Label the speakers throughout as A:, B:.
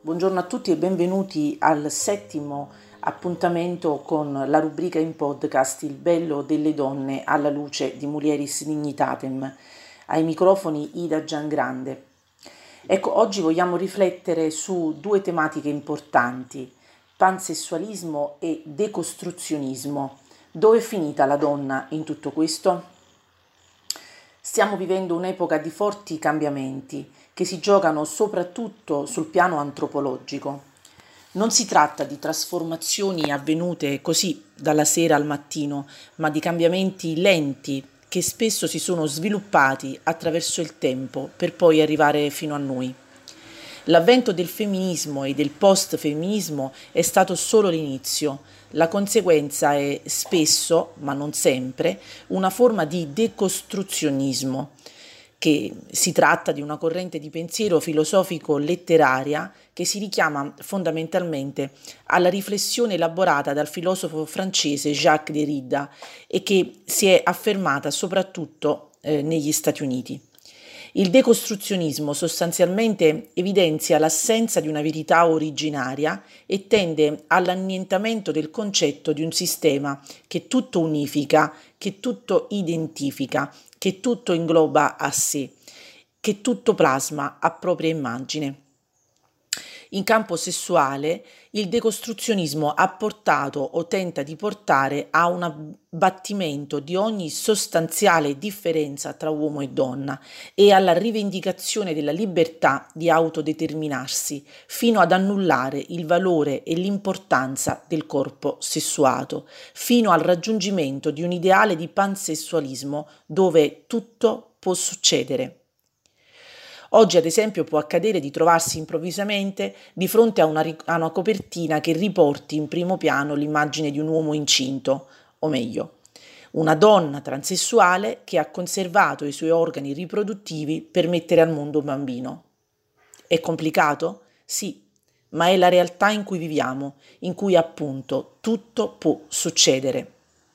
A: Buongiorno a tutti e benvenuti al settimo appuntamento con la rubrica in podcast Il bello delle donne alla luce di Mulieris Dignitatem. Ai microfoni Ida Giangrande. Ecco, oggi vogliamo riflettere su due tematiche importanti: pansessualismo e decostruzionismo. Dove è finita la donna in tutto questo? Stiamo vivendo un'epoca di forti cambiamenti che si giocano soprattutto sul piano antropologico. Non si tratta di trasformazioni avvenute così dalla sera al mattino, ma di cambiamenti lenti che spesso si sono sviluppati attraverso il tempo per poi arrivare fino a noi. L'avvento del femminismo e del post-femminismo è stato solo l'inizio. La conseguenza è spesso, ma non sempre, una forma di decostruzionismo, che si tratta di una corrente di pensiero filosofico-letteraria che si richiama fondamentalmente alla riflessione elaborata dal filosofo francese Jacques Derrida e che si è affermata soprattutto negli Stati Uniti. Il decostruzionismo sostanzialmente evidenzia l'assenza di una verità originaria e tende all'annientamento del concetto di un sistema che tutto unifica, che tutto identifica, che tutto ingloba a sé, che tutto plasma a propria immagine. In campo sessuale, il decostruzionismo ha portato o tenta di portare a un abbattimento di ogni sostanziale differenza tra uomo e donna e alla rivendicazione della libertà di autodeterminarsi, fino ad annullare il valore e l'importanza del corpo sessuato, fino al raggiungimento di un ideale di pansessualismo dove tutto può succedere. Oggi, ad esempio, può accadere di trovarsi improvvisamente di fronte a una copertina che riporti in primo piano l'immagine di un uomo incinto, o meglio, una donna transessuale che ha conservato i suoi organi riproduttivi per mettere al mondo un bambino. È complicato? Sì, ma è la realtà in cui viviamo, in cui appunto tutto può succedere.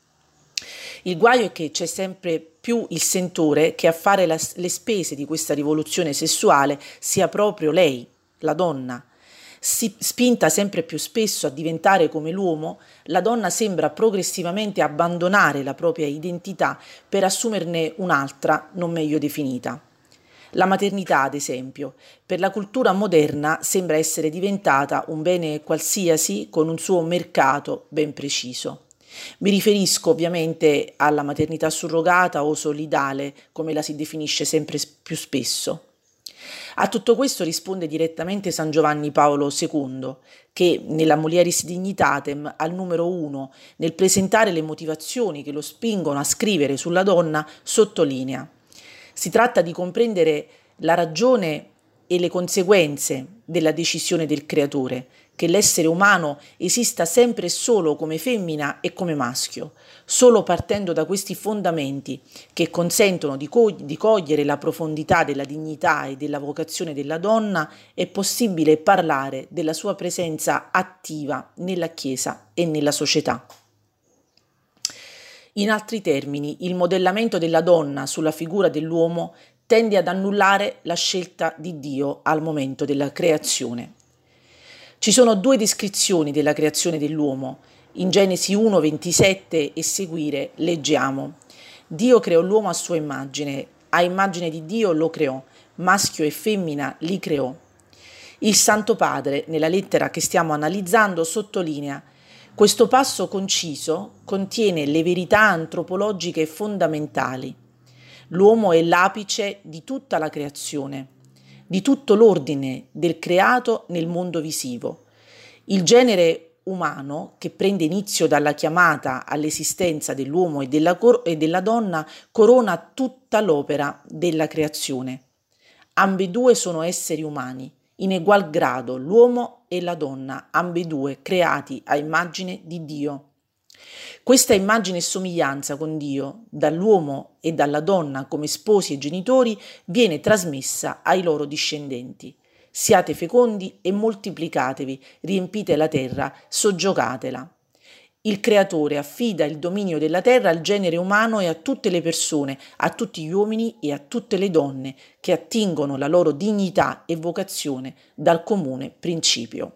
A: Il guaio è che c'è sempre più il sentore che a fare le spese di questa rivoluzione sessuale sia proprio lei, la donna. Spinta sempre più spesso a diventare come l'uomo, la donna sembra progressivamente abbandonare la propria identità per assumerne un'altra non meglio definita. La maternità, ad esempio, per la cultura moderna sembra essere diventata un bene qualsiasi con un suo mercato ben preciso. Mi riferisco ovviamente alla maternità surrogata o solidale, come la si definisce sempre più spesso. A tutto questo risponde direttamente San Giovanni Paolo II, che nella Mulieris Dignitatem, al numero 1, nel presentare le motivazioni che lo spingono a scrivere sulla donna, sottolinea: si tratta di comprendere la ragione e le conseguenze della decisione del creatore, che l'essere umano esista sempre e solo come femmina e come maschio. Solo partendo da questi fondamenti, che consentono di cogliere la profondità della dignità e della vocazione della donna, è possibile parlare della sua presenza attiva nella Chiesa e nella società. In altri termini, il modellamento della donna sulla figura dell'uomo tende ad annullare la scelta di Dio al momento della creazione. Ci sono due descrizioni della creazione dell'uomo. In Genesi 1:27 e seguire leggiamo: Dio creò l'uomo a sua immagine, a immagine di Dio lo creò, maschio e femmina li creò. Il Santo Padre, nella lettera che stiamo analizzando, sottolinea: questo passo conciso contiene le verità antropologiche fondamentali. L'uomo è l'apice di tutta la creazione, di tutto l'ordine del creato nel mondo visivo. Il genere umano, che prende inizio dalla chiamata all'esistenza dell'uomo e della donna, corona tutta l'opera della creazione. Ambedue sono esseri umani, in egual grado l'uomo e la donna, ambedue creati a immagine di Dio. Questa immagine e somiglianza con Dio, dall'uomo e dalla donna come sposi e genitori, viene trasmessa ai loro discendenti. Siate fecondi e moltiplicatevi, riempite la terra, soggiogatela. Il creatore affida il dominio della terra al genere umano e a tutte le persone, a tutti gli uomini e a tutte le donne che attingono la loro dignità e vocazione dal comune principio.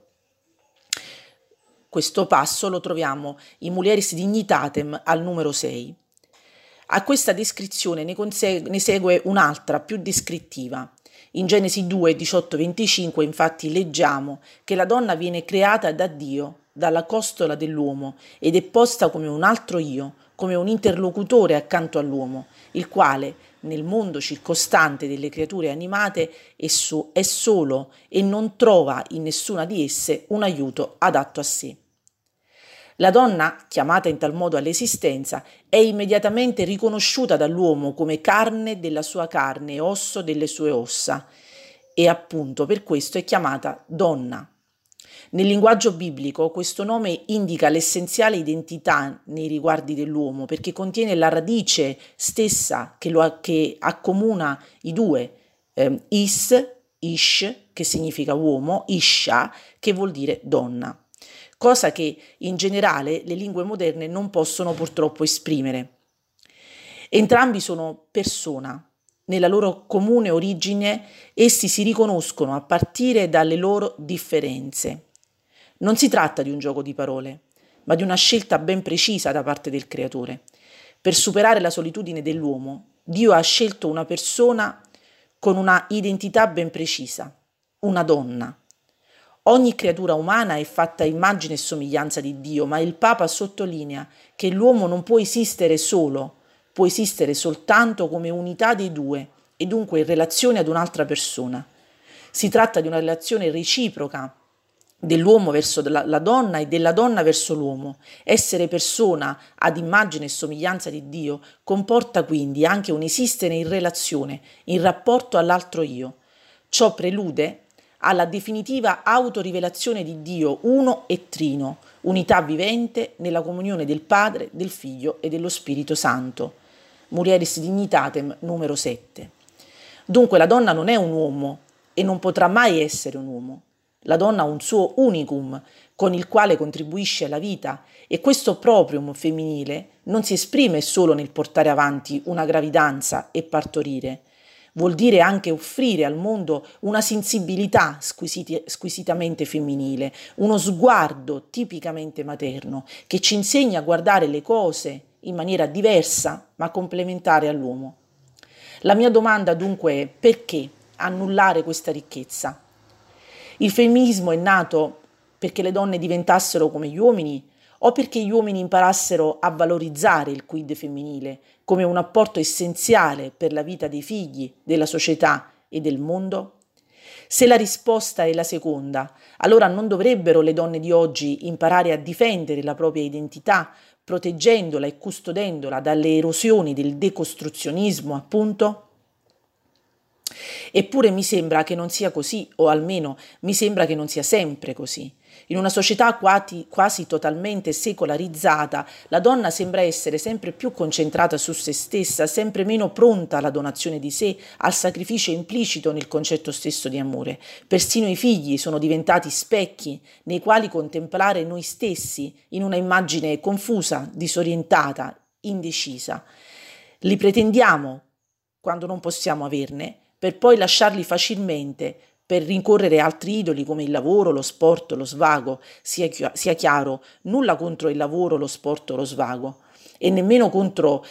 A: Questo passo lo troviamo in Mulieris Dignitatem al numero 6. A questa descrizione ne segue un'altra più descrittiva. In Genesi 2, 18-25 infatti leggiamo che la donna viene creata da Dio, dalla costola dell'uomo, ed è posta come un altro io, come un interlocutore accanto all'uomo, il quale, nel mondo circostante delle creature animate, esso è solo e non trova in nessuna di esse un aiuto adatto a sé. La donna, chiamata in tal modo all'esistenza, è immediatamente riconosciuta dall'uomo come carne della sua carne e osso delle sue ossa, e appunto per questo è chiamata donna. Nel linguaggio biblico questo nome indica l'essenziale identità nei riguardi dell'uomo, perché contiene la radice stessa che accomuna i due, ish, che significa uomo, isha, che vuol dire donna, cosa che in generale le lingue moderne non possono purtroppo esprimere. Entrambi sono persona. Nella loro comune origine essi si riconoscono a partire dalle loro differenze. Non si tratta di un gioco di parole, ma di una scelta ben precisa da parte del creatore. Per superare la solitudine dell'uomo, Dio ha scelto una persona con una identità ben precisa, una donna. Ogni creatura umana è fatta a immagine e somiglianza di Dio, ma il Papa sottolinea che l'uomo non può esistere solo, può esistere soltanto come unità dei due e dunque in relazione ad un'altra persona. Si tratta di una relazione reciproca dell'uomo verso la donna e della donna verso l'uomo. Essere persona ad immagine e somiglianza di Dio comporta quindi anche un esistere in relazione, in rapporto all'altro io. Ciò prelude alla definitiva autorivelazione di Dio uno e trino, unità vivente nella comunione del Padre, del Figlio e dello Spirito Santo. Mulieris Dignitatem numero 7. Dunque la donna non è un uomo e non potrà mai essere un uomo. La donna ha un suo unicum con il quale contribuisce alla vita e questo proprium femminile non si esprime solo nel portare avanti una gravidanza e partorire. Vuol dire anche offrire al mondo una sensibilità squisitamente femminile, uno sguardo tipicamente materno che ci insegna a guardare le cose in maniera diversa ma complementare all'uomo. La mia domanda dunque è: perché annullare questa ricchezza? Il femminismo è nato perché le donne diventassero come gli uomini o perché gli uomini imparassero a valorizzare il quid femminile come un apporto essenziale per la vita dei figli, della società e del mondo? Se la risposta è la seconda, allora non dovrebbero le donne di oggi imparare a difendere la propria identità, proteggendola e custodendola dalle erosioni del decostruzionismo, appunto? Eppure mi sembra che non sia così, o almeno mi sembra che non sia sempre così. In una società quasi totalmente secolarizzata, la donna sembra essere sempre più concentrata su se stessa, sempre meno pronta alla donazione di sé, al sacrificio implicito nel concetto stesso di amore. Persino i figli sono diventati specchi nei quali contemplare noi stessi in una immagine confusa, disorientata, indecisa. Li pretendiamo quando non possiamo averne, per poi lasciarli facilmente per rincorrere altri idoli come il lavoro, lo sport, lo svago. Sia chiaro, nulla contro il lavoro, lo sport o lo svago e nemmeno contro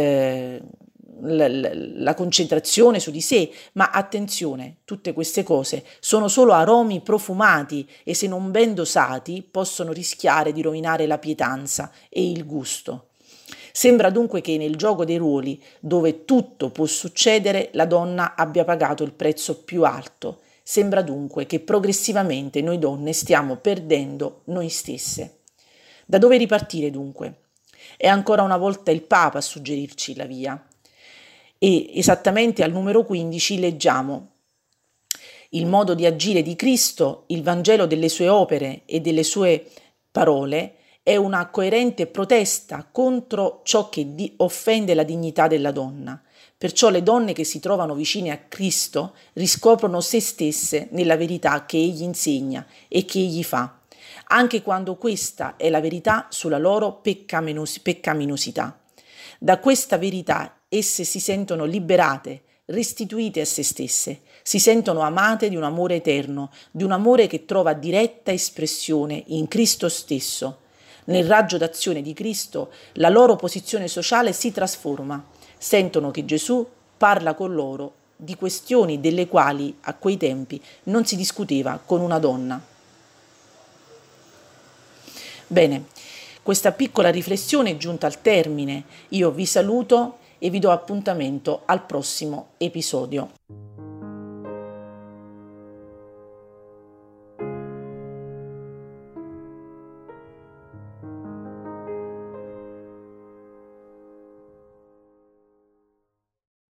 A: la concentrazione su di sé, ma attenzione, tutte queste cose sono solo aromi profumati e se non ben dosati possono rischiare di rovinare la pietanza e il gusto. Sembra dunque che nel gioco dei ruoli, dove tutto può succedere, la donna abbia pagato il prezzo più alto. Sembra dunque che progressivamente noi donne stiamo perdendo noi stesse. Da dove ripartire dunque? È ancora una volta il Papa a suggerirci la via. E esattamente al numero 15 leggiamo: il modo di agire di Cristo, il Vangelo delle sue opere e delle sue parole è una coerente protesta contro ciò che offende la dignità della donna. Perciò le donne che si trovano vicine a Cristo riscoprono se stesse nella verità che egli insegna e che egli fa. anche quando questa è la verità sulla loro peccaminosità. Da questa verità esse si sentono liberate, restituite a se stesse, si sentono amate di un amore eterno, di un amore che trova diretta espressione in Cristo stesso. Nel raggio d'azione di Cristo la loro posizione sociale si trasforma, sentono che Gesù parla con loro di questioni delle quali a quei tempi non si discuteva con una donna. Bene, questa piccola riflessione è giunta al termine. Io vi saluto e vi do appuntamento al prossimo episodio.